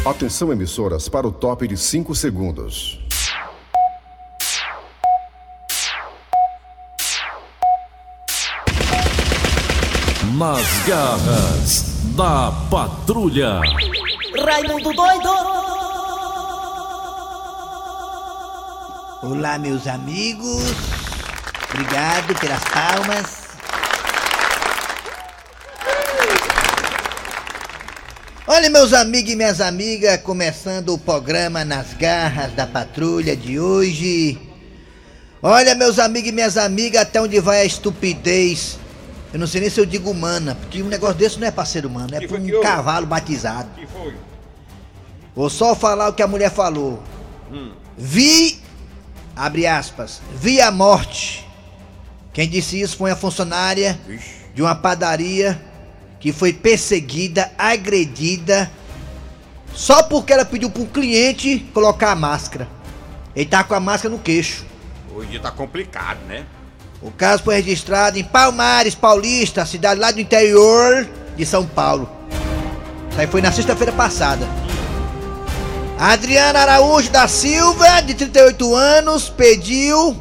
Atenção, emissoras, para o top de 5 segundos. Nas garras da patrulha. Raimundo doido! Olá, meus amigos. Obrigado pelas palmas. Olha, meus amigos e minhas amigas, começando o programa Nas Garras da Patrulha de hoje. Olha, meus amigos e minhas amigas, até onde vai a estupidez? Eu não sei nem se eu digo humana, porque um negócio desse não é pra ser humano, é pra um cavalo batizado. Que foi? Vou só falar o que a mulher falou. Abre aspas, vi a morte. Quem disse isso foi a funcionária de uma padaria que foi perseguida, agredida, só porque ela pediu para um cliente colocar a máscara. Ele tá com a máscara no queixo. Hoje em dia tá complicado, né? O caso foi registrado em Palmares, Paulista, cidade lá do interior de São Paulo. Isso aí foi na sexta-feira passada. A Adriana Araújo da Silva, de 38 anos, pediu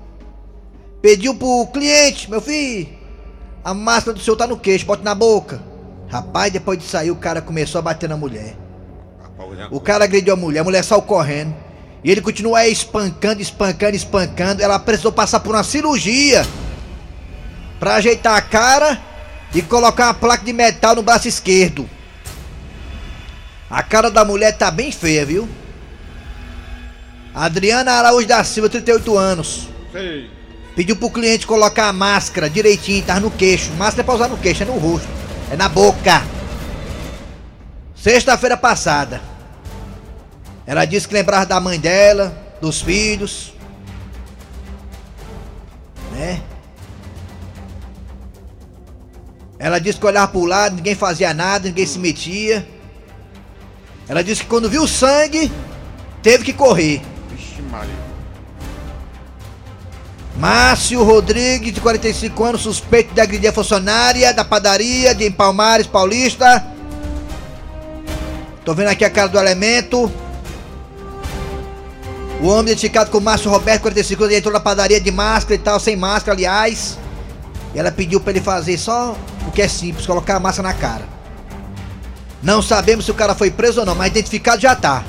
pro cliente: meu filho, a máscara do senhor tá no queixo, bote na boca. Rapaz, depois de sair, o cara começou a bater na mulher. O cara agrediu a mulher saiu correndo. E ele continuou aí espancando. Ela precisou passar por uma cirurgia pra ajeitar a cara e colocar uma placa de metal no braço esquerdo. A cara da mulher tá bem feia, viu? Adriana Araújo da Silva, 38 anos. Sei. Pediu pro cliente colocar a máscara direitinho, tava no queixo. Máscara é pra usar no queixo, é no rosto, é na boca. Sexta-feira passada. Ela disse que lembrava da mãe dela, dos filhos, né? Ela disse que olhava pro lado, ninguém fazia nada, ninguém se metia. Ela disse que quando viu sangue, teve que correr. Vixe, Maria. Márcio Rodrigues, de 45 anos, suspeito de agredir a funcionária da padaria de Palmares, Paulista. Tô vendo aqui a cara do elemento. O homem identificado como Márcio Roberto, 45 anos, entrou na padaria de máscara e tal, sem máscara, aliás. E ela pediu pra ele fazer só o que é simples, colocar a máscara na cara. Não sabemos se o cara foi preso ou não, mas identificado já tá.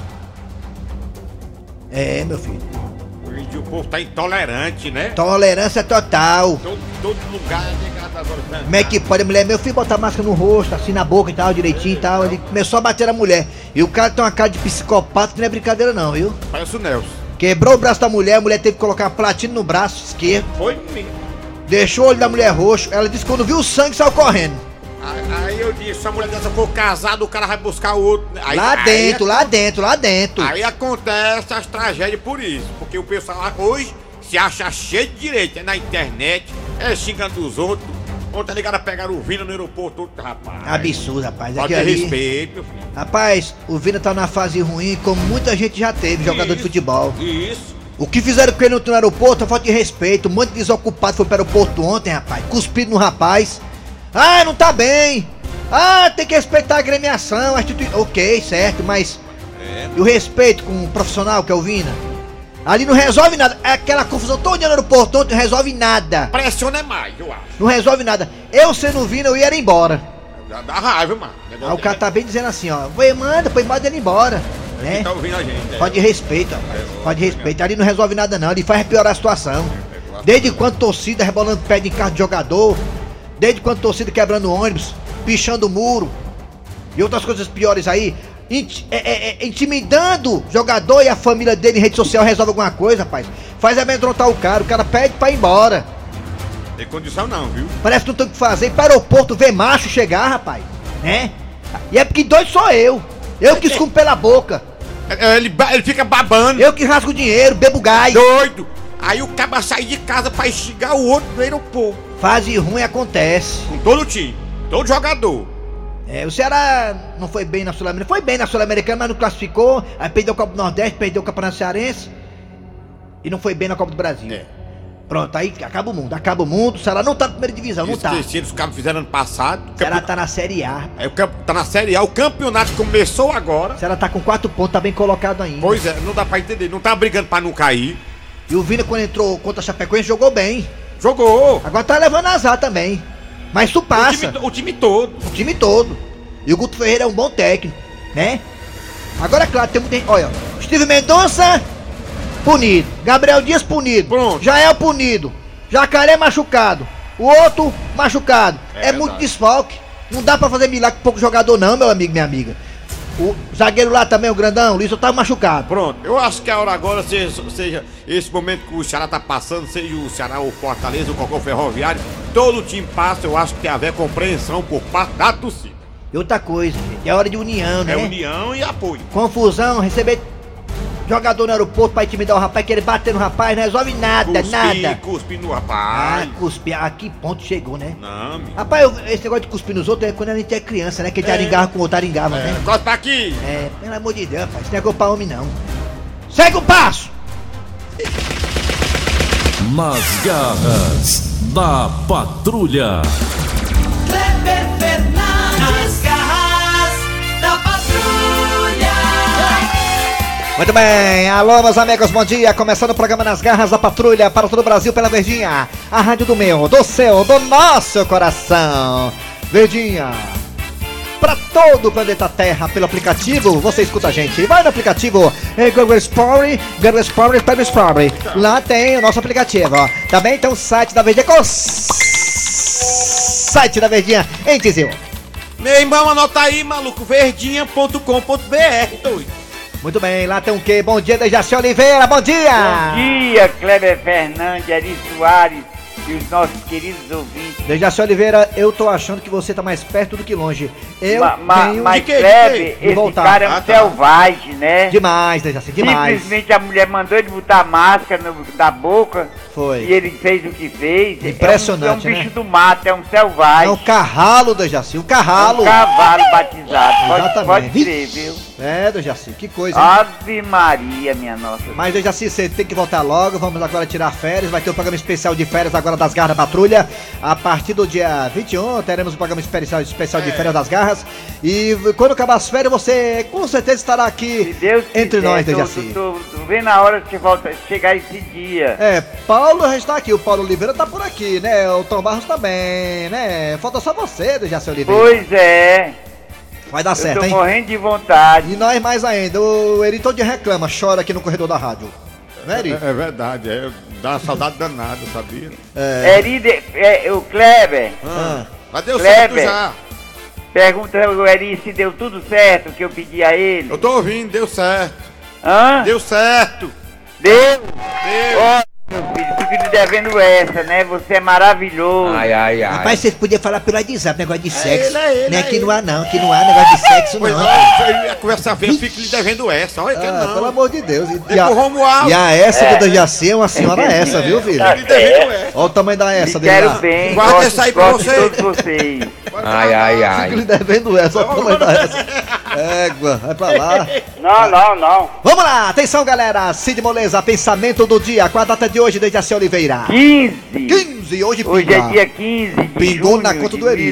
É, meu filho. Hoje em dia o povo tá intolerante, né? Tolerância total. Todo lugar é negado agora. Como é que pode a mulher, meu filho, botar máscara no rosto, assim na boca e tal, direitinho e tal. Ele começou a bater na mulher. E o cara tem uma cara de psicopata que não é brincadeira não, viu? Parece o Nelson. Quebrou o braço da mulher, a mulher teve que colocar uma platina no braço esquerdo. Foi mesmo. Deixou o olho da mulher roxo. Ela disse que quando viu o sangue saiu correndo. Aí eu disse, se a mulher dessa for casada, o cara vai buscar o outro. Aí, lá dentro. Aí acontece as tragédias por isso. Porque o pessoal hoje se acha cheio de direito. É na internet, é xingando os outros. Ontem ligaram a pegar o Vina no aeroporto, rapaz. Absurdo, rapaz. Falta de respeito, meu filho. Rapaz, o Vina tá numa fase ruim, como muita gente já teve, jogador de futebol. Isso. O que fizeram com ele no aeroporto é falta de respeito. Um monte de desocupado foi pro aeroporto ontem, rapaz. Cuspido no rapaz. Ah, não tá bem. Ah, tem que respeitar a agremiação, a instituição. Ok, certo, mas... E o respeito com o profissional que é o Vina? Ali não resolve nada. Aquela confusão toda no aeroporto ontem não resolve nada. Pressiona mais, eu acho. Não resolve nada. Eu sendo o Vina, eu ia embora. Dá raiva, mano. Aí o cara tá bem dizendo assim, ó. Manda ele embora. Né? Tá ouvindo a gente. Pode respeito, rapaz. Pode respeito. Ali não resolve nada não. Ele faz piorar a situação. Desde quando torcida rebolando pé de carro de jogador. Desde quando torcida quebrando ônibus, pichando o muro e outras coisas piores aí, intimidando o jogador e a família dele em rede social. Resolve alguma coisa, rapaz. Faz amedrontar o cara pede pra ir embora. Tem condição não, viu? Parece que não tem o que fazer. Ir para o aeroporto ver macho chegar, rapaz, né? E é porque doido sou eu que escupo pela boca. Ele fica babando. Eu que rasgo dinheiro, bebo gás. Doido. Aí o cara sai de casa pra xingar o outro no aeroporto. Fase ruim acontece. Com todo time, todo jogador. O Ceará não foi bem na Sul-Americana. Foi bem na Sul-Americana, mas não classificou. Aí perdeu o Copa do Nordeste, perdeu o Campeonato Cearense. E não foi bem na Copa do Brasil. Pronto, aí acaba o mundo, o Ceará não tá na primeira divisão, não tá. Esqueci, os caras fizeram ano passado. O Ceará tá na Série A. Tá na Série A, o campeonato começou agora. O Ceará tá com 4 pontos, tá bem colocado ainda. Pois é, não dá pra entender, não tá brigando pra não cair. E o Vina, quando entrou contra a Chapecoense, jogou bem. Jogou. Agora tá levando azar também. Mas tu passa. O time todo. O time todo. E o Guto Ferreira é um bom técnico, né? Agora, claro, tem muita gente. Olha, Steve Mendonça, punido. Gabriel Dias, punido. Pronto. Jael, punido. Jacaré, machucado. O outro, machucado. É muito desfalque. Não dá pra fazer milagre com pouco jogador, não, meu amigo, minha amiga. O zagueiro lá também, o grandão, o Luiz, tá machucado. Pronto, eu acho que a hora agora seja esse momento que o Ceará tá passando, seja o Ceará ou o Fortaleza ou qualquer ferroviário, todo o time passa, eu acho que tem a ver compreensão por parte da torcida. E outra coisa, gente, é hora de união, né? É união e apoio. Confusão, receber jogador no aeroporto pra intimidar o rapaz, querer bater no rapaz, não resolve nada, nada. Cuspir no rapaz. Cuspir, a que ponto chegou, né? Não, amigo. Rapaz, esse negócio de cuspir nos outros é quando a gente é criança, né? Que a gente aringava com o outro aringava, né? Cospe aqui. Pelo amor de Deus, rapaz, isso não é gol pra homem, não. Segue o passo! Nas garras da patrulha. Kleber Fernandes, garras da patrulha. Muito bem, alô meus amigos, bom dia, começando o programa Nas Garras da Patrulha para todo o Brasil pela Verdinha, a rádio do meu, do seu, do nosso coração. Verdinha, para todo o planeta Terra pelo aplicativo, você escuta a gente, vai no aplicativo Google Sport, lá tem o nosso aplicativo, também tem o site da Verdinha, qual o site da Verdinha, hein Tizil? Meu irmão, anota aí, maluco, verdinha.com.br, doido. Muito bem, lá tem um quê? Bom dia, Dejaci Oliveira, bom dia! Bom dia, Kleber Fernandes, Ari Soares e os nossos queridos ouvintes. Dejaci Oliveira, eu tô achando que você tá mais perto do que longe. Eu tenho mas que Kleber, esse voltar. cara é um selvagem, né? Demais, Dejaci, demais. Simplesmente a mulher mandou ele botar a máscara na boca. Foi. E ele fez o que fez. Impressionante, é um bicho né? do mato, é um selvagem. É um carralo, Dejaci, um É carralo. um cavalo batizado. Exatamente. Pode crer, viu? É, Dejaci, que coisa, hein? Ave Maria, minha nossa. Mas, Dejaci, você tem que voltar logo, vamos agora tirar férias, vai ter um programa especial de férias agora das Garras da Patrulha. A partir do dia 21, teremos um programa especial de férias das Garras. E quando acabar as férias, você com certeza estará aqui Se Deus entre quiser, nós, Dejaci. Tô vendo a hora que chegar esse dia. Paulo já está aqui, o Paulo Oliveira tá por aqui, né? O Tom Barros também, né? Falta só você, Dejaci Oliveira. Pois é. Vai dar certo, Eu tô hein? morrendo de vontade. E nós mais ainda. O Eri todo dia reclama, chora aqui no corredor da rádio. Né, Eri? É verdade, dá uma saudade danada, sabia? O Kleber, Mas deu Kleber. certo já. pergunta ao Eri se deu tudo certo que eu pedi a ele. Eu tô ouvindo, deu certo. Hã? Deu certo. Deu? Deu. Ó, meu filho, fico lhe devendo essa, né? Você é maravilhoso. Rapaz, vocês podiam falar pelo WhatsApp, negócio de sexo. ele, Não é é que ele. não há não, que não há negócio de sexo Pois não. não, a conversa feia, eu fico lhe devendo essa. Olha que não. Pelo amor de Deus. E Pro Romualdo. a essa do Dejaci é uma senhora essa, viu, filho? Eu lhe devendo essa. Olha o tamanho da essa Lhe dele quero lá. bem, Guarda gosto, essa aí pra gosto de você. todos vocês. Fico lhe devendo essa, olha o tamanho da essa. Égua, vai pra lá. Não. Vamos lá, atenção galera, Cid Moleza, pensamento do dia, com a data de hoje, Dejaci Oliveira. 15. 15, hoje Hoje pinga. é dia 15 de Pingou junho na conta de do Eri.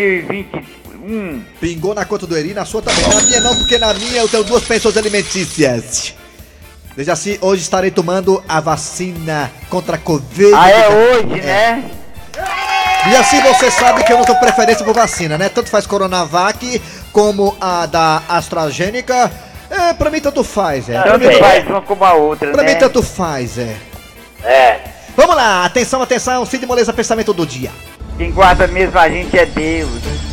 2021. Pingou na conta do Eri, na sua também. Na minha não, porque na minha eu tenho 2 pensões alimentícias. Dejaci, hoje estarei tomando a vacina contra a Covid. Ah, é hoje, né? E assim você sabe que eu não tenho preferência por vacina, né? Tanto faz Coronavac como a da AstraZeneca. Pra mim tanto faz, Pra mim, Tanto faz uma como a outra, pra né? mim tanto faz, É. Vamos lá, atenção, Cid Moleza, pensamento do dia. Quem guarda mesmo a gente é Deus.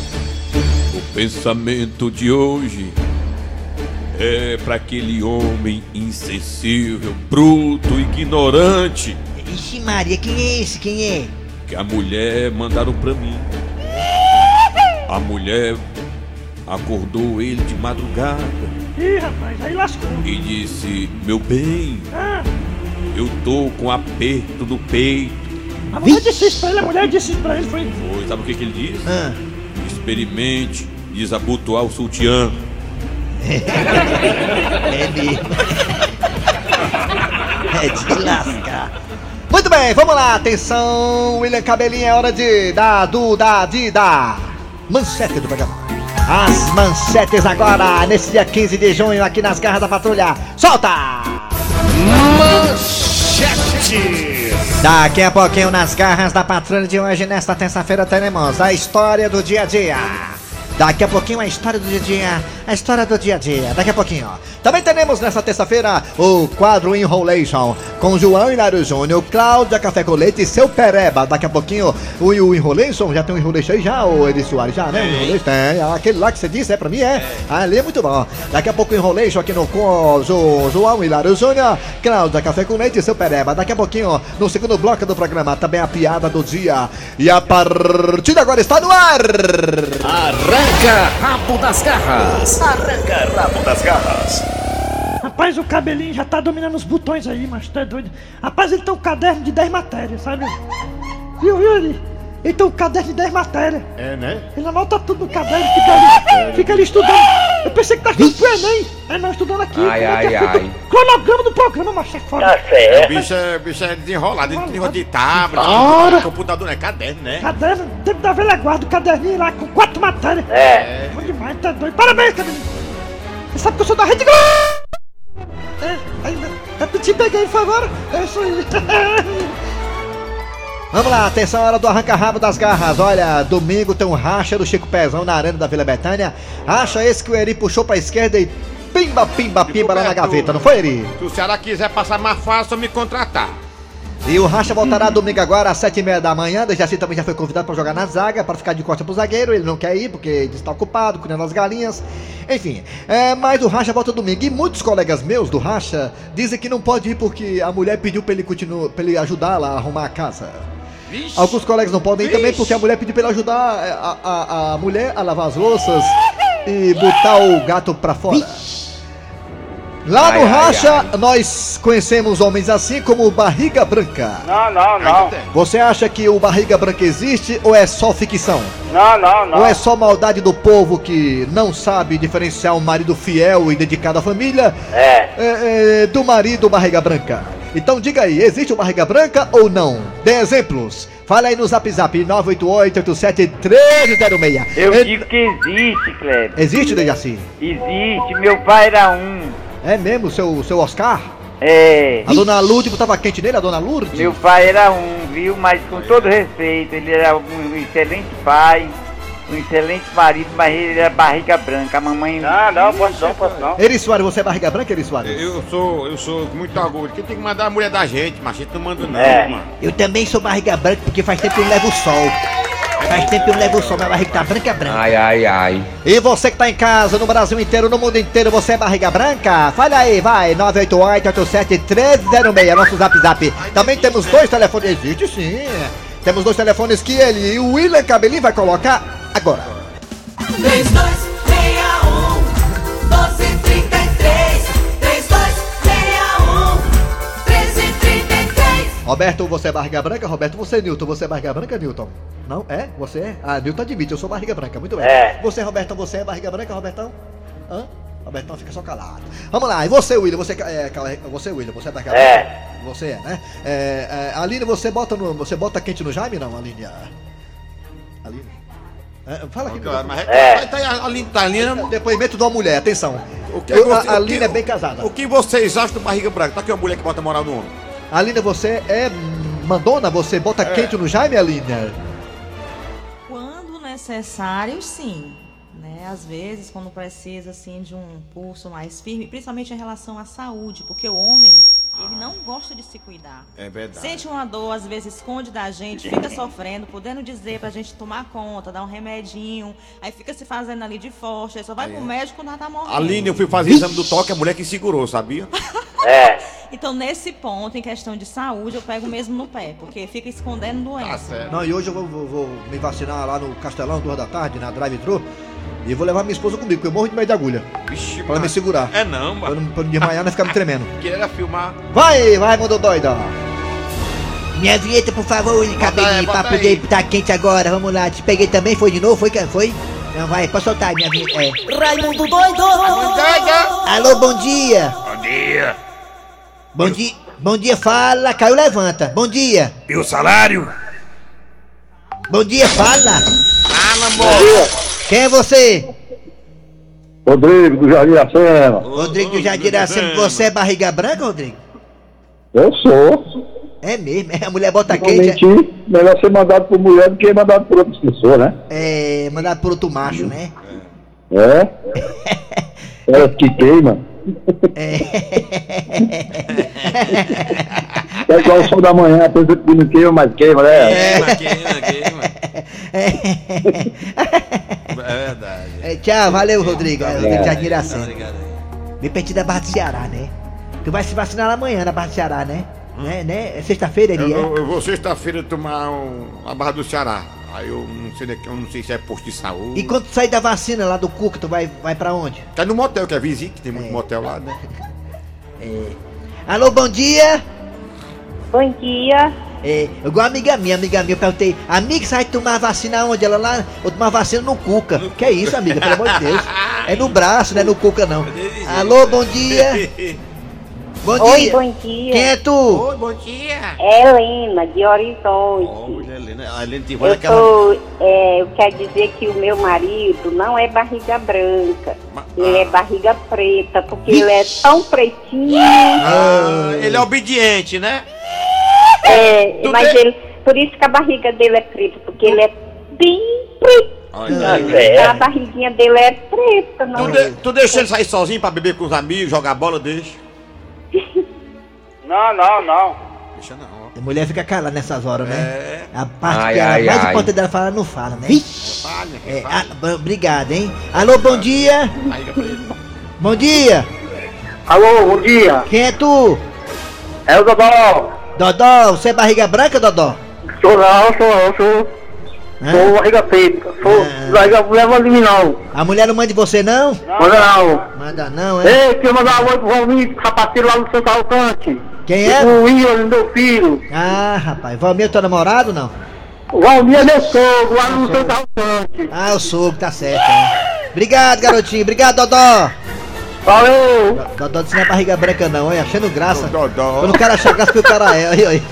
O pensamento de hoje é para aquele homem insensível, bruto, ignorante Ixi Maria, quem é esse? Quem é? que a mulher mandaram pra mim. A mulher acordou ele de madrugada. Ih, rapaz, aí lascou. E disse: meu bem, eu tô com aperto no peito. A mulher disse isso pra ele, a mulher disse isso pra ele, foi. Foi, sabe o que ele disse? Experimente desabotoar o sutiã. É mesmo. É de lascar. Muito bem, vamos lá, atenção, William Cabelinho, é hora de dar manchete do programa. As manchetes agora, nesse dia 15 de junho, aqui nas Garras da Patrulha. Solta! Manchete. Daqui a pouquinho, nas Garras da Patrulha de hoje, nesta terça-feira, teremos a história do dia a dia. Daqui a pouquinho a história do dia a dia, daqui a pouquinho, ó. Também teremos nessa terça-feira o quadro Enrolation com João Hilário Júnior, Cláudia Café com Leite e seu Pereba. Daqui a pouquinho o Enrolation, já tem um Enrolation aí já, o Eri Soares, já, né? O Enrolation tem, aquele lá que você disse, pra mim é. Ali é muito bom. Daqui a pouco o Enrolation aqui no com João Hilário Júnior, Cláudia Café com Leite e seu Pereba. Daqui a pouquinho, no segundo bloco do programa, também a piada do dia. E a partida agora está no ar! Arranca rabo das garras. Arranca rabo das garras. Rapaz, o Cabelinho já tá dominando os botões aí, mas tá doido. Rapaz, ele tem um caderno de 10 matérias, sabe? Viu ele? Ele tem um caderno de 10 matérias. É, né? Ele anota tudo no caderno, fica ali estudando. Eu pensei que tá estudando pro Enem. É não, estudando aqui. Ai. Cronograma do programa, mas é foda. Tá certo. O bicho é desenrolado, ele tem de tablet, computador, não é caderno, né? Caderno, tempo da velha guarda, o caderninho lá com 4 matérias. É. Bom demais, tá doido. Parabéns, Cabelinho. Você sabe que eu sou da Rede Globo. Te peguei, foi agora. É isso aí. Vamos lá, atenção, hora do arranca-rabo das garras. Olha, domingo tem um racha do Chico Pezão na Arena da Vila Betânia. Racha esse que o Eri puxou pra esquerda e pimba lá na gaveta, não foi, Eri? Se o Ceará quiser passar mais fácil, me contratar. E o racha voltará domingo agora às 7h30 da manhã. Dejaci também já foi convidado pra jogar na zaga, pra ficar de costa pro zagueiro. Ele não quer ir porque ele está ocupado, cuidando das galinhas. Enfim, mas o racha volta domingo. E muitos colegas meus do racha dizem que não pode ir porque a mulher pediu pra ele ajudar lá a arrumar a casa. Vixe. Alguns colegas não podem ir também porque a mulher pediu pra ele ajudar a mulher a lavar as louças e botar o gato pra fora. Vixe. Lá no racha, nós conhecemos homens assim como o Barriga Branca. Não. Você acha que o Barriga Branca existe ou é só ficção? Não. Ou é só maldade do povo que não sabe diferenciar um marido fiel e dedicado à família do marido Barriga Branca? Então diga aí, existe o Barriga Branca ou não? Dê exemplos. Fala aí no Zap 988-87-1306. Eu digo que existe, Kleber. Existe, Dejaci? Existe, meu pai era um. É mesmo, seu Oscar? É. A dona Lourdes botava quente nele, a dona Lourdes? Meu pai era um, viu? Mas com todo respeito, ele era um excelente pai, um excelente marido, mas ele era barriga branca. A mamãe... Não, posso não. Eri Soares, você é barriga branca, Eri Soares? Eu sou com muito orgulho. Quem tem que mandar a mulher da gente, mas a gente não manda não, mano. Eu também sou barriga branca porque faz tempo que eu levo o sol. Minha barriga tá branca. Ai. E você que tá em casa, no Brasil inteiro, no mundo inteiro, você é barriga branca? Fala aí, vai, 988-87-1306, nosso Zap. Também temos dois telefones, existe sim. Temos dois telefones que ele e o William Cabelinho vai colocar agora. 3261-1233, 3261-1333. Roberto, você é barriga branca? Roberto, você é Newton. Você é barriga branca, Newton? Não? É? Você é? Ah, Newton admite, eu sou barriga branca. Muito bem. Você, Robertão, você é barriga branca, Robertão? Hã? Robertão fica só calado. Vamos lá, e você, William? Você é William, você é barriga branca? Você é, né? Aline, você bota quente no Jaime, não, Aline? Aline? Fala aqui. A Aline tá ali. Depoimento de uma mulher, atenção. A Aline é bem casada. O que vocês acham do barriga branca? Tá aqui uma mulher que bota moral no homem. Aline, você é mandona? Você bota quente no Jaime, Aline? Quando necessário, sim. Né? Às vezes, quando precisa assim, de um pulso mais firme, principalmente em relação à saúde, porque o homem, ele não gosta de se cuidar. É verdade. Sente uma dor, às vezes esconde da gente, fica sofrendo, podendo dizer pra gente tomar conta, dar um remedinho, aí fica se fazendo ali de forte, aí só vai pro médico quando ela tá morrendo. Aline, eu fui fazer exame do toque, a mulher que segurou, sabia? Então, nesse ponto, em questão de saúde, eu pego mesmo no pé, porque fica escondendo doença. Tá certo. Não, e hoje eu vou me vacinar lá no Castelão, 2 da tarde, na drive-thru. E vou levar minha esposa comigo, porque eu morro de medo de agulha. Vixe, pra ela me segurar. É não, mano. Pra não desmaiar, não ficar me tremendo. Queira filmar. Vai, mundo doido. Minha vinheta, por favor, William Cabelinho, pra poder estar quente agora. Vamos lá, te peguei também, foi de novo? Foi? Não, vai, pode soltar minha vinheta. Raimundo doido! Alô, bom dia. Bom dia. Bom dia, fala. Caiu, levanta. Bom dia. E o salário? Bom dia, fala. Fala, moço. Quem é você? Rodrigo do Jardim Iracema. Rodrigo do Jardim Iracema. Você é barriga branca, Rodrigo? Eu sou. É mesmo, a mulher bota Não quente. mentir, melhor ser mandado por mulher do que mandado por outra pessoa, né? É, mandado por outro macho, né? É? Ela que queima. É igual o sol da manhã, pensa que não queima, mas queima, né? Queima. É verdade. Tchau, valeu, Rodrigo. É. Jardim Iracema. Obrigado aí. Bem pertinho da Barra do Ceará, né? Tu vai se vacinar amanhã na Barra do Ceará, né? Né? É sexta-feira, ele é? Eu vou sexta-feira tomar a Barra do Ceará. Aí eu não sei se é posto de saúde. E quando tu sair da vacina lá do Cuca, tu vai pra onde? Tá no motel, que é vizinho, que tem muito motel lá, né? Alô, bom dia! Bom dia. Igual amiga minha, eu perguntei, amiga, você vai tomar vacina onde? Ela lá, eu tomar vacina no Cuca. Que é isso, amiga, pelo amor de Deus. É no braço, não é no Cuca, não. Alô, bom dia! Bom dia! Oi, bom dia. Quem é tu? Oi, bom dia! Helena, de Horizonte. Eu quero dizer que o meu marido não é barriga branca, ele é barriga preta, porque ele é tão pretinho. Ele é obediente, né? Mas ele, por isso que a barriga dele é preta, porque ele é bem preto. A barriguinha dele é preta, não é? Tu deixa ele sair sozinho pra beber com os amigos, jogar bola, deixa? Não. Deixa não. A mulher fica calada nessas horas, né? A parte Ai, que ela ai, mais ai. importante dela fala, não fala, né? Obrigado, hein? Alô, bom dia! Bom dia! Alô, bom dia. Quem é tu? É o Dodó. Dodó, você é barriga branca, Dodó? Sou barriga preta. Sou barriga mulher manda em mim não. A mulher não manda de você, não? Manda não. Manda não, é? Ei, queria mandar um oi pro Valmir, rapaceiro lá no Santo Alcante. Quem é? O William, meu filho. Ah, rapaz, Valmir é teu namorado, não? O Valmir é meu sogro, lá no Santo Alcante. Ah, o sogro, tá certo, é. Obrigado, garotinho. Obrigado, Dodó. Valeu. Dodó disse não é barriga branca, não, olha, achando graça. Dodó. Quando o cara achar graça que o cara é, aí.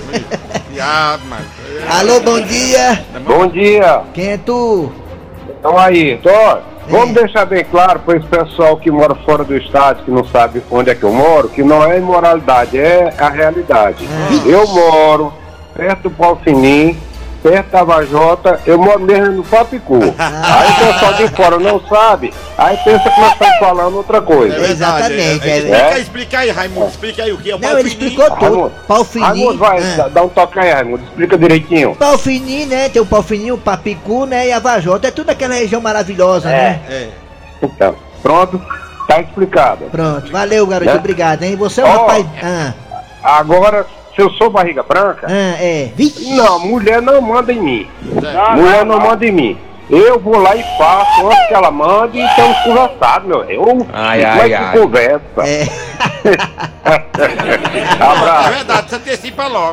Alô, bom dia. Bom dia. Quem é tu? Então aí, vamos deixar bem claro para esse pessoal que mora fora do estado, que não sabe onde é que eu moro, que não é imoralidade, é a realidade. Eu moro perto do Palfinim, perto da Vajota, eu moro mesmo no Papicu. Aí o pessoal de fora não sabe, aí pensa que nós estamos falando outra coisa. Exatamente. Explica aí, Raimundo, explica aí o que é o Não, ele explicou tudo. Pau fininho. Raimundo, vai, dá um toque aí, Raimundo, explica direitinho. Pau fininho, né? Tem o pau fininho, o Papicu, né? E a Vajota, é tudo aquela região maravilhosa, né? Então, pronto, tá explicado. Pronto, valeu, garoto, Né? obrigado, hein? Você é um rapaz... Agora, se eu sou barriga branca, não, mulher não manda em mim. Mulher não manda em mim. Eu vou lá e faço antes que ela mande e estamos conversados, meu rei. Mas que conversa. Abraço. É verdade, você antecipa logo.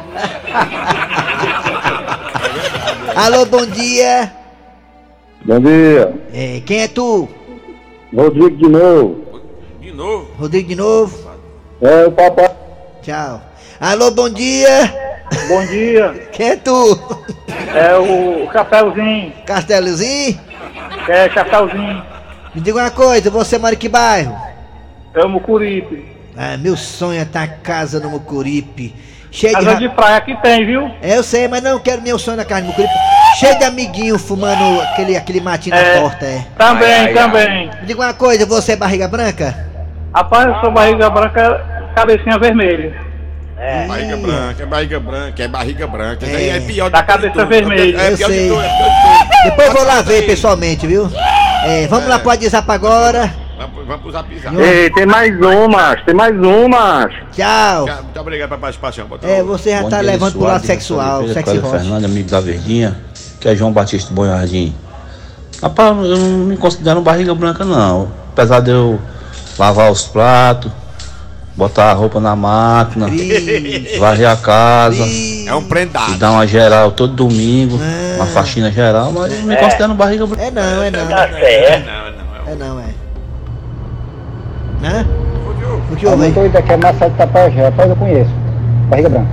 Alô, bom dia. Bom dia. Quem é tu? Rodrigo de novo. De novo? Rodrigo de novo? É o papai. Tchau. Alô, bom dia. Bom dia. Quem é tu? É o Caféuzinho. Castelozinho? É, Caféuzinho. Me diga uma coisa, você mora em que bairro? É o Mucuripe. Ah, meu sonho é estar em casa no Mucuripe. Cheio Casa de praia que tem, viu? Eu sei, mas não quero meu sonho na casa do Mucuripe. Cheio de amiguinho fumando aquele matinho na porta, Também. Me diga uma coisa, você é barriga branca? Rapaz, eu sou barriga branca, cabecinha vermelha. Barriga branca, é barriga branca. Isso aí é pior Da cabeça vermelha. É Eu pior sei. de tudo. Depois eu vou lá ver pessoalmente, viu? Vamos lá pro WhatsApp agora. Vamos pro zap. Ei, tem mais umas. Tchau. Muito obrigado pela participação. Você já tá levando pro lado sexual, sexy hot. Fernando, amigo da Verdinha, que é João Batista do Bom Jardim. Rapaz, eu não me considero barriga branca, não. Apesar de eu lavar os pratos, botar a roupa na máquina, varrer a casa, É um prendado. e dar uma geral todo domingo, uma faxina geral, mas eu não me considero barriga branca. É não. Não. É não. Hã? O que Eu houve aí? tô indo aqui, é Massa de Tapajé, rapaz, eu conheço. Barriga Branca.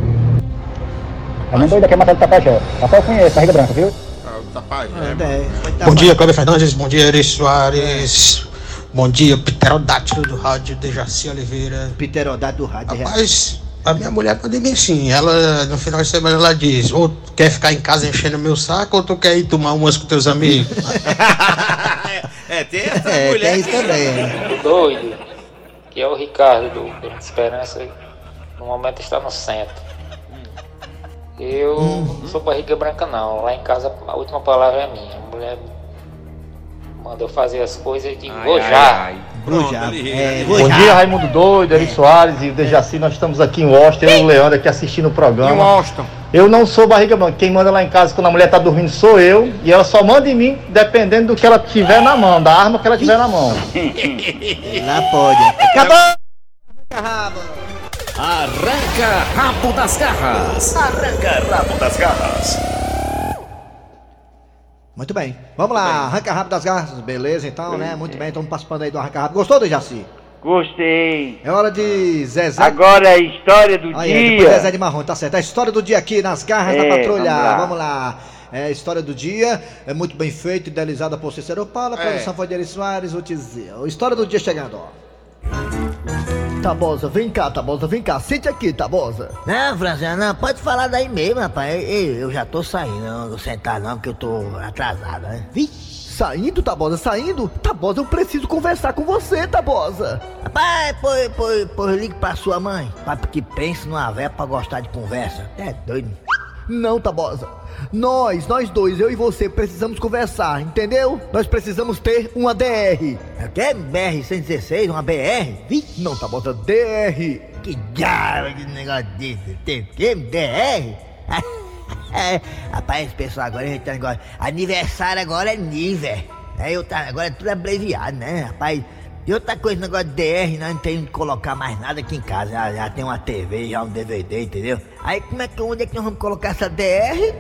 A mãe doida quer matar o Tapajé. Rapaz, eu conheço, Barriga Branca, viu? Bom dia, Cláudio Fernandes. Bom dia, Eri Soares. Bom dia, Pterodátilo do rádio, Dejaci Oliveira. Pterodátilo do rádio. Rapaz, a minha mulher manda bem sim. Ela, no final de semana, ela diz: ou tu quer ficar em casa enchendo meu saco, ou tu quer ir tomar umas com teus amigos. Tem essa mulher. Tem isso também. Doido. Que é o Ricardo do Grande Esperança. No momento está no centro. Eu não sou barriga branca não. Lá em casa a última palavra é minha. A mulher manda eu fazer as coisas e digo, vou já. Bom dia, Raimundo Doido, Eri Soares e o Dejaci. Nós estamos aqui em Washington, eu e o Leandro aqui assistindo o programa. Em Washington. Eu não sou barriga branca. Quem manda lá em casa quando a mulher tá dormindo sou eu. E ela só manda em mim dependendo do que ela tiver na mão, da arma que ela tiver na mão. Lá pode. Acabou! Arranca rabo das garras. Arranca rabo das garras. Muito bem. Vamos lá, arranca rabo das garras. Beleza, então, né? Muito bem, estamos participando aí do arranca rabo. Gostou, Dejaci? Gostei. É hora de Zezé. Agora é a história do aí, dia. Depois Zezé de Marrom, tá certo. A história do dia aqui nas garras da patrulha. Vamos lá. É a história do dia, é muito bem feito, idealizada por Cícero Paulo, a produção foi de Eri Soares, vou te dizer. A história do dia chegando, ó. Tabosa, vem cá, sente aqui, Tabosa. Não, Franzinha, não, pode falar daí mesmo, rapaz. Eu já tô saindo, não vou sentar não, porque eu tô atrasado, né? Saindo, Tabosa, saindo? Tabosa, eu preciso conversar com você, Tabosa. Rapaz, pois ligue pra sua mãe, papo que pensa numa véia pra gostar de conversa. É doido. Não, Tabosa. Nós dois, eu e você, precisamos conversar, entendeu? Nós precisamos ter uma DR. É o quê? BR-116? Uma BR? Não, Tabosa, DR. Que diabo de negócio desse? Tem o quê? DR? Rapaz, esse pessoal agora, a negócio. Aniversário agora é nível. Agora tudo abreviado, né, rapaz? E outra coisa, negócio de DR, nós não temos que colocar mais nada aqui em casa. Já tem uma TV, já um DVD, entendeu? Aí onde é que nós vamos colocar essa DR?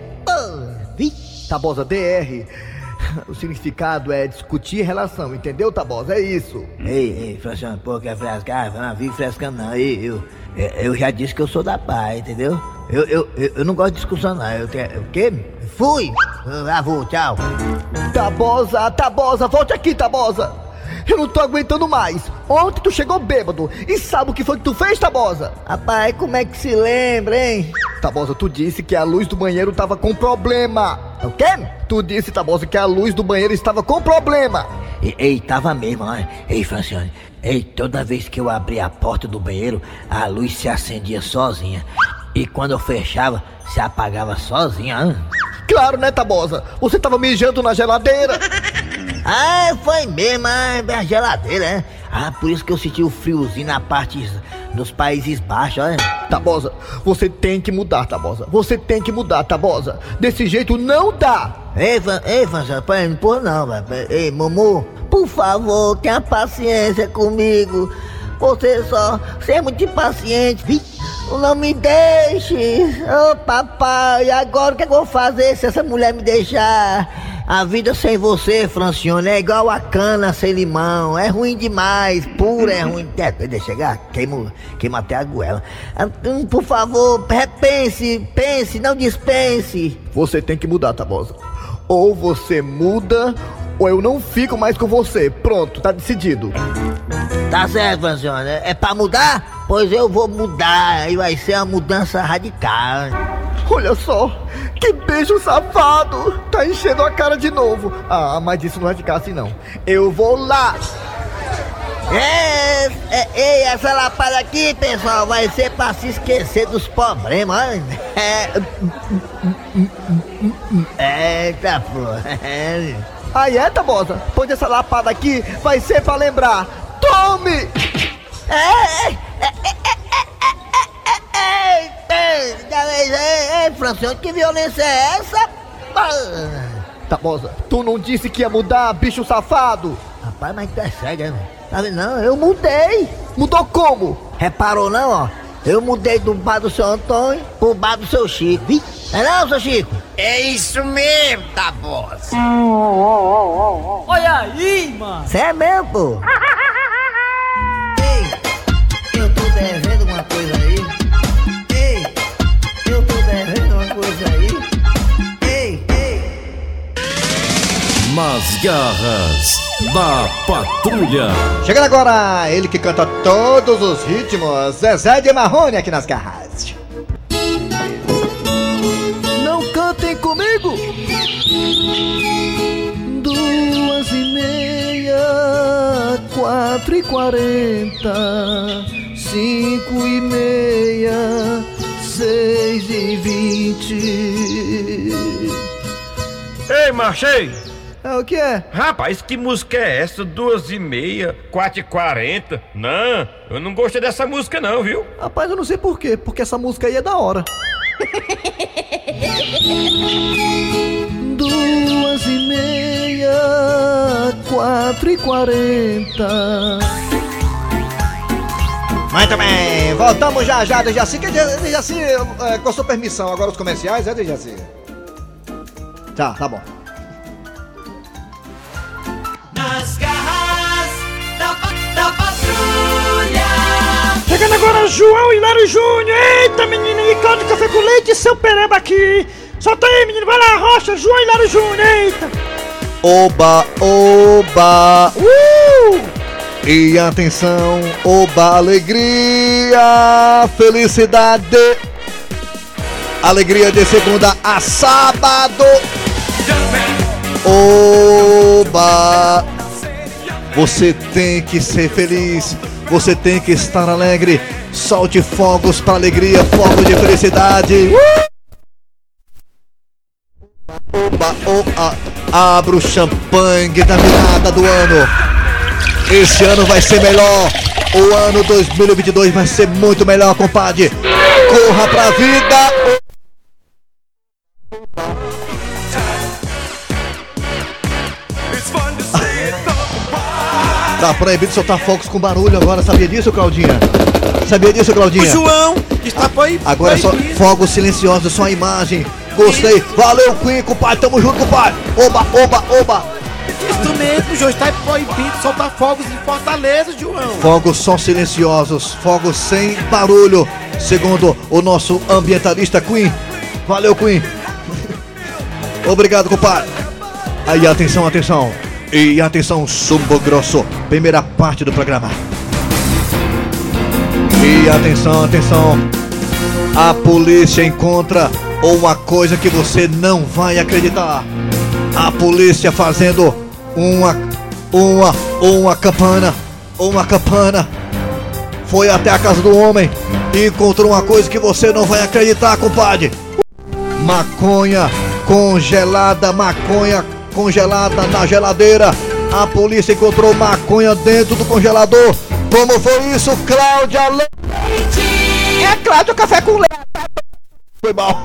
Tabosa, DR. O significado é discutir relação, entendeu, Tabosa? É isso. Ei, Franciano, pô, quer frescar? Não vive frescando não. Eu já disse que eu sou da paz, entendeu? Eu não gosto de discussão não. O quê? Fui! Vou, tchau. Tabosa, volte aqui, Tabosa. Eu não tô aguentando mais. Ontem tu chegou bêbado. E sabe o que foi que tu fez, Tabosa? Rapaz, como é que se lembra, hein? Tabosa, tu disse que a luz do banheiro tava com problema. O quê? Tu disse, Tabosa, que a luz do banheiro estava com problema. Ei, tava mesmo, né? Ei, Francione. Ei, toda vez que eu abria a porta do banheiro, a luz se acendia sozinha. E quando eu fechava, se apagava sozinha, hein? Claro, né, Tabosa? Você tava mijando na geladeira. Foi mesmo, a geladeira, né? Por isso que eu senti o friozinho na parte dos Países Baixos, olha. Tabosa, você tem que mudar, Tabosa. Você tem que mudar, Tabosa. Desse jeito não dá. Ei, Francione, não pô não, velho. Ei, Mumu, por favor, tenha paciência comigo. Você é muito impaciente. Não me deixe. Ô, papai, agora o que eu vou fazer se essa mulher me deixar? A vida sem você, Francione, é igual a cana sem limão. É ruim demais, pura é ruim. Deixa eu chegar, queima até a goela. Por favor, pense, não dispense. Você tem que mudar, Tabosa. Ou você muda, ou eu não fico mais com você. Pronto, tá decidido. Tá certo, Francione. É pra mudar? Pois eu vou mudar. E vai ser uma mudança radical. Olha só, que beijo safado. Tá enchendo a de novo. Mas isso não vai ficar assim não. Eu vou lá. Essa lapada aqui, pessoal, vai ser pra se esquecer dos problemas. Eita, pô. Aí é, Tabosa? Pois essa lapada aqui vai ser pra lembrar. Tome! Francione, que violência é essa? Tabosa, tu não disse que ia mudar, bicho safado? Rapaz, mas tu é sério, né? Tá vendo? Não, eu mudei. Mudou como? Reparou não, ó? Eu mudei do bar do seu Antônio pro bar do seu Chico. É não, seu Chico? É isso mesmo, Tabosa. Olha aí, mano. Cê é mesmo, pô? Ei, eu tô devendo alguma coisa aí. garras da patrulha. Chegando agora, ele que canta todos os ritmos, Zezé de Marrone aqui nas garras. Não cantem comigo! 2h30, 4h40, 5h30, 6h20. Ei, Marchei! É, o que é? Rapaz, que música é essa? 2h30, 4h40? Não, eu não gostei dessa música não, viu? Rapaz, eu não sei por quê, porque essa música aí é da hora. 2h30, 4h40. Muito bem, voltamos já, Dejaci. Dejaci, com a sua permissão, agora os comerciais, Dejaci? Tá bom. Nas garras da patrulha. Chegando agora, João Hilário Júnior. Eita, menina, e Cláudio Café com Leite e seu Pereba aqui. Solta aí, menino, vai lá, Rocha, João Hilário Júnior, eita. Oba, e atenção, oba, alegria, felicidade. Alegria de segunda a sábado. Oba! Você tem que ser feliz, você tem que estar alegre. Solte fogos para alegria, fogos de felicidade. Oba, abra o champanhe da virada do ano. Esse ano vai ser melhor. O ano 2022 vai ser muito melhor, compadre. Corra pra vida. Tá proibido soltar fogos com barulho agora, sabia disso, Claudinha? O João está proibido. Agora é só fogos silenciosos, só a imagem. Gostei, valeu, Queen, compadre, tamo junto, compadre. Oba. Isso mesmo, João, está proibido soltar fogos em Fortaleza, João. Fogos só silenciosos, fogos sem barulho, segundo o nosso ambientalista Queen. Valeu, Queen. Obrigado, compadre. Aí, atenção. E atenção, Sumbo Grosso, primeira parte do programa. E atenção. A polícia encontra uma coisa que você não vai acreditar. A polícia fazendo uma campana. Foi até a casa do homem e encontrou uma coisa que você não vai acreditar, compadre. Maconha congelada na geladeira. A polícia encontrou maconha dentro do congelador. Como foi isso, Cláudia? É Cláudia Café com Leite. Foi mal.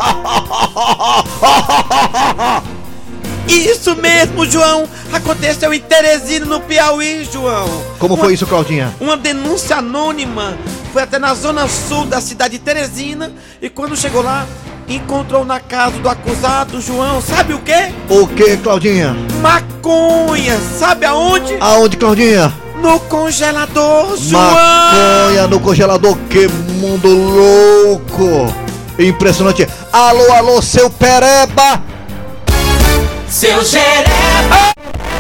Isso mesmo, João. Aconteceu em Teresina, no Piauí, João. Como foi isso, Claudinha? Uma denúncia anônima. Foi até na zona sul da cidade de Teresina. E quando chegou lá, encontrou na casa do acusado, João, sabe o quê? O que, Claudinha? Maconha, sabe aonde? Aonde, Claudinha? No congelador, João. Maconha no congelador, que mundo louco. Impressionante. Alô, seu Pereba. Seu Jereba.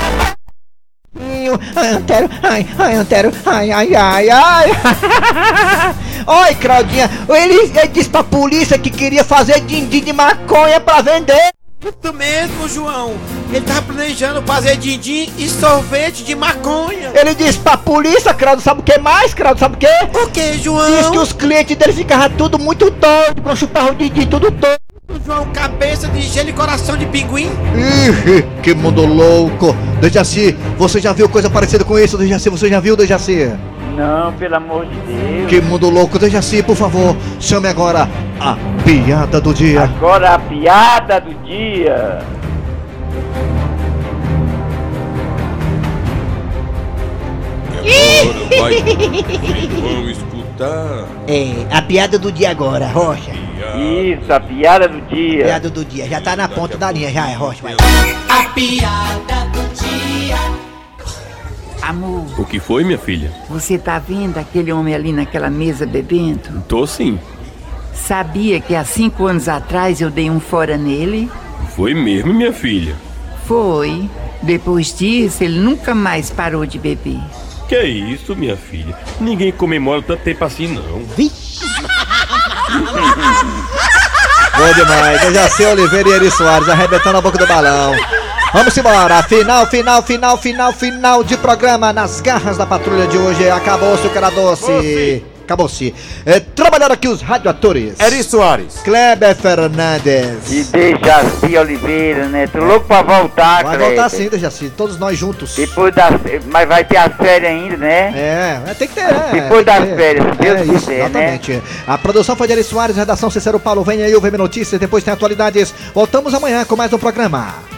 Eu quero, ai. Oi, Claudinha, ele disse pra polícia que queria fazer din-din de maconha pra vender. Isso mesmo, João. Ele tava planejando fazer din-din e sorvete de maconha. Ele disse pra polícia, Claudio, sabe o que mais, Claudio, sabe o que? O que, João? Disse que os clientes dele ficavam tudo muito doido pra chupar o din-din, tudo doido. João, cabeça de gelo e coração de pinguim. Ih, que mundo louco. Dejaci, você já viu coisa parecida com isso, Dejaci? Você já viu, Dejaci? Não, pelo amor de Deus. Que mundo louco, Dejaci, por favor, chame agora a piada do dia. Agora a piada do dia. Vamos escutar. A piada do dia agora, Rocha. Isso, a piada do dia. Piada do dia, já tá na ponta da linha, já é, Rocha. Vai. A piada do dia. Amor, O que foi, minha filha? você tá vendo aquele homem ali naquela mesa bebendo? Tô sim. Sabia que há 5 anos atrás eu dei um fora nele? Foi mesmo, minha filha. Foi. Depois disso, ele nunca mais parou de beber. Que isso, minha filha? Ninguém comemora tanto tempo assim, não. Bom demais. Dejaci Oliveira e Eri Soares arrebentando a boca do balão. Vamos embora. Final de programa nas garras da patrulha de hoje. Acabou-se o cara doce. Acabou-se. Trabalharam aqui os radioatores. Eri Soares, Kleber Fernandes E Dejaci Oliveira, né? Tô louco pra voltar, Vai Kleber. voltar sim, Dejaci. Todos nós juntos. Depois mas vai ter as férias ainda, né? Tem que ter, né? Depois das férias, se Deus isso, quiser, exatamente. né? A produção foi de Eri Soares, redação Cícero Paulo. Vem aí o VM Notícias, depois tem atualidades. Voltamos amanhã com mais um programa.